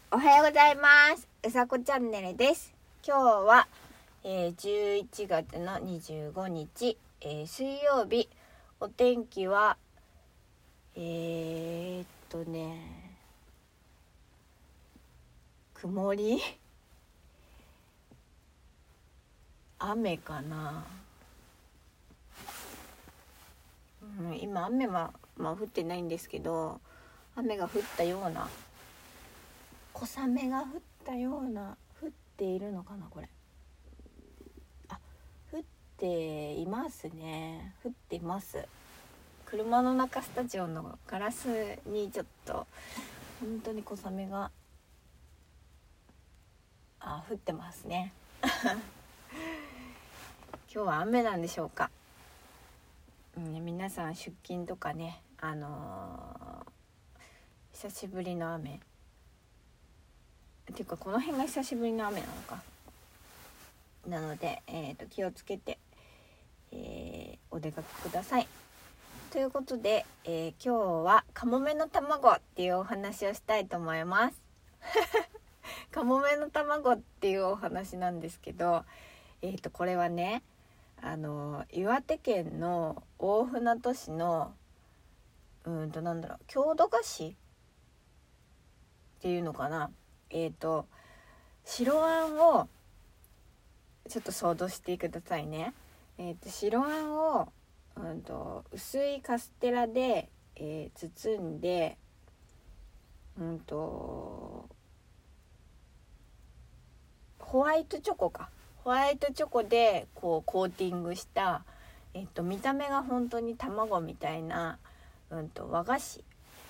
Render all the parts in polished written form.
おはようございます。うさこチャンネルです。今日は、11月の25日、水曜日。お天気は曇り雨かな、今雨は、降ってないんですけど、雨が降ったような、小雨が降ったような、降っているのかな、これ。降っていますね。降っています。車の中スタジオのガラスにちょっと本当に小雨が降ってますね。今日は雨なんでしょうか。皆さん出勤とかね、久しぶりの雨っていうか、この辺が久しぶりの雨なのかなので、気をつけて、お出かけください。ということで、今日はカモメの卵っていうお話をしたいと思います。カモメの卵っていうお話なんですけど、これはね、岩手県の大船渡市の郷土菓子っていうのかな、白あんをちょっと想像してくださいね。白あんを、薄いカステラで、包んで、ホワイトチョコでこうコーティングした、見た目が本当に卵みたいな、和菓子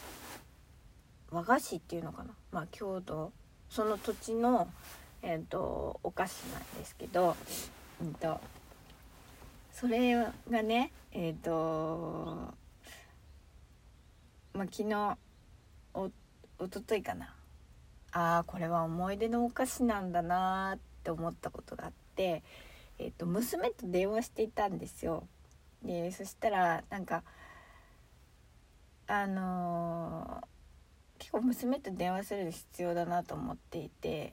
っていうのかな、郷土、その土地の、お菓子なんですけど、それがね、昨日おとといかな、これは思い出のお菓子なんだなって思ったことがあって、娘と電話していたんですよ。でそしたら結構娘と電話するの必要だなと思っていて、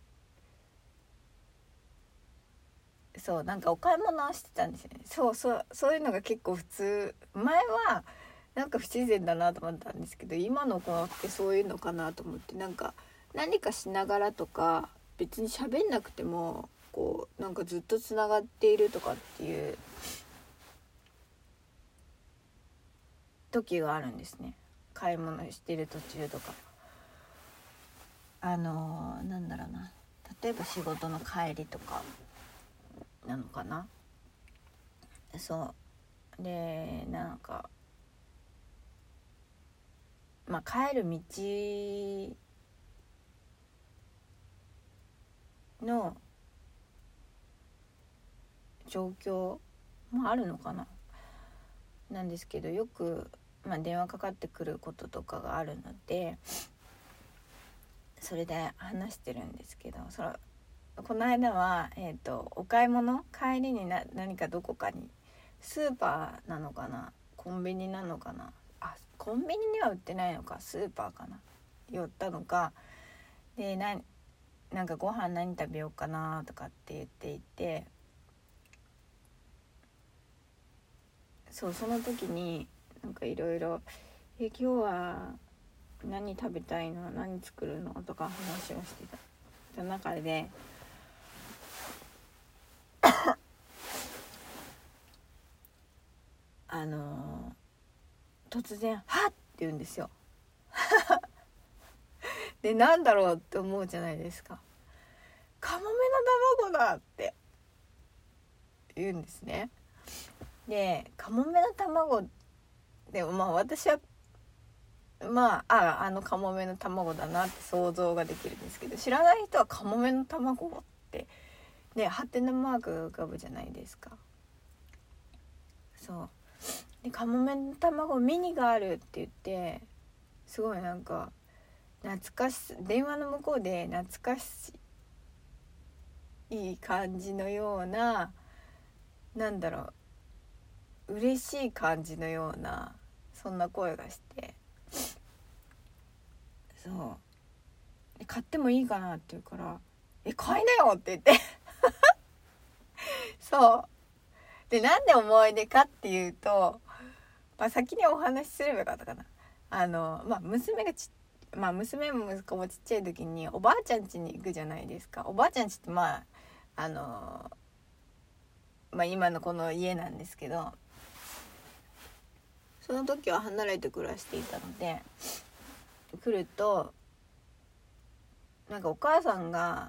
お買い物をしてたんですよね。そういうのが結構普通。前は不自然だなと思ったんですけど、今の子ってそういうのかなと思って、何かしながらとか、別に喋んなくてもこうずっとつながっているとかっていう時があるんですね。買い物してる途中とか、例えば仕事の帰りとかなのかな。そうで帰る道の状況もあるのかな、なんですけど、よく、電話かかってくることとかがあるので、それで話してるんですけど、この間は、お買い物帰りに何かどこかに、スーパーなのかな、コンビニなのかな、コンビニには売ってないのか、スーパーかな、寄ったのかで、ご飯何食べようかなとかって言っていて、その時にいろいろ今日は何食べたいの、何作るのとか話をしてた中で突然はっって言うんですよ。で、なんだろうって思うじゃないですか。カモメの卵だって言うんですね。で、カモメの卵で私はカモメの卵だなって想像ができるんですけど、知らない人はカモメの卵ってね、ハテナマークが浮かぶじゃないですか。そうで、カモメの卵ミニがあるって言って、すごい懐かしい、電話の向こうで懐かしい感じのような、嬉しい感じのような、そんな声がして、 買ってもいいかなって言うから買いなよって言ってそうで、なんで思い出かっていうと、先にお話しすればよかったかな。娘も息子もちっちゃい時におばあちゃん家に行くじゃないですか。おばあちゃん家って今のこの家なんですけど、その時は離れて暮らしていたので、来るとなんかお母さんが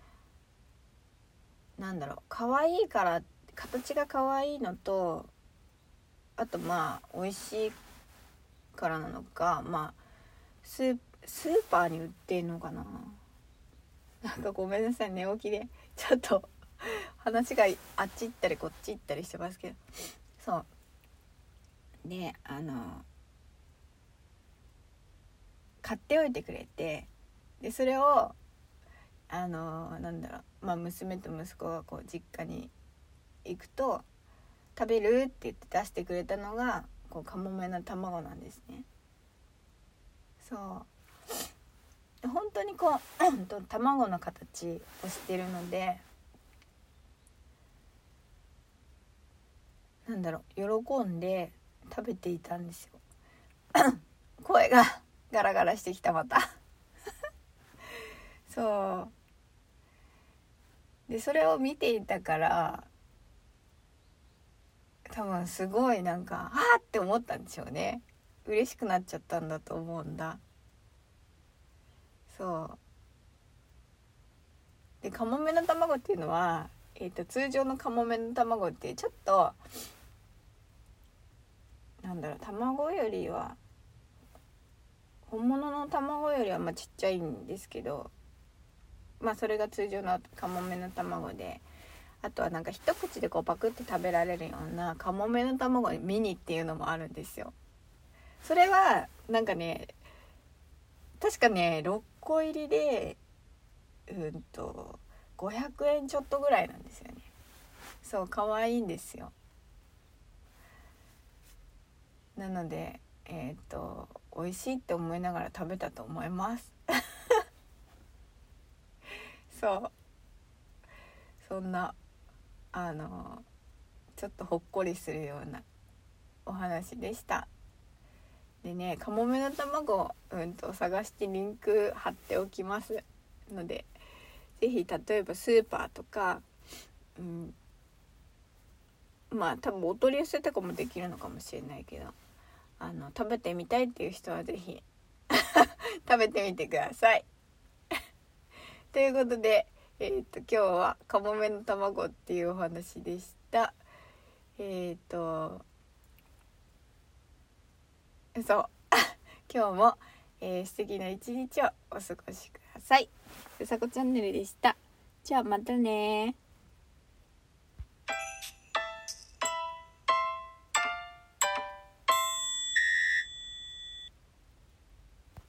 可愛いから形が可愛いのと、あと美味しいからなのか、スーパーに売ってんのかな。なんかごめんなさい、寝起きでちょっと話があっち行ったりこっち行ったりしてますけど、そうで買っておいてくれて、でそれを娘と息子がこう実家に行くと食べるって言って出してくれたのがこうカモメの卵なんですね。そう本当にこう卵の形をしてるので、喜んで食べていたんですよ声がガラガラしてきた、またそうで、それを見ていたから多分すごいあーって思ったんでしょうね。嬉しくなっちゃったんだと思うんだ。そうで、カモメの卵っていうのは、通常のカモメの卵ってちょっと卵よりは本物の卵よりはちっちゃいんですけど、それが通常のカモメの卵で、あとは一口でこうパクって食べられるようなカモメの卵ミニっていうのもあるんですよ。それは確かね6個入りで500円ちょっとぐらいなんですよね。そう可愛いんですよ。なので美味しいって思いながら食べたと思いますそうそんなちょっとほっこりするようなお話でした。でね、カモメの卵探してリンク貼っておきますので、ぜひ例えばスーパーとか、多分お取り寄せとかもできるのかもしれないけど、食べてみたいっていう人はぜひ食べてみてくださいということで、今日はカモメの卵っていうお話でした。そう今日も、素敵な一日をお過ごしください。うさこチャンネルでした。じゃあまたね。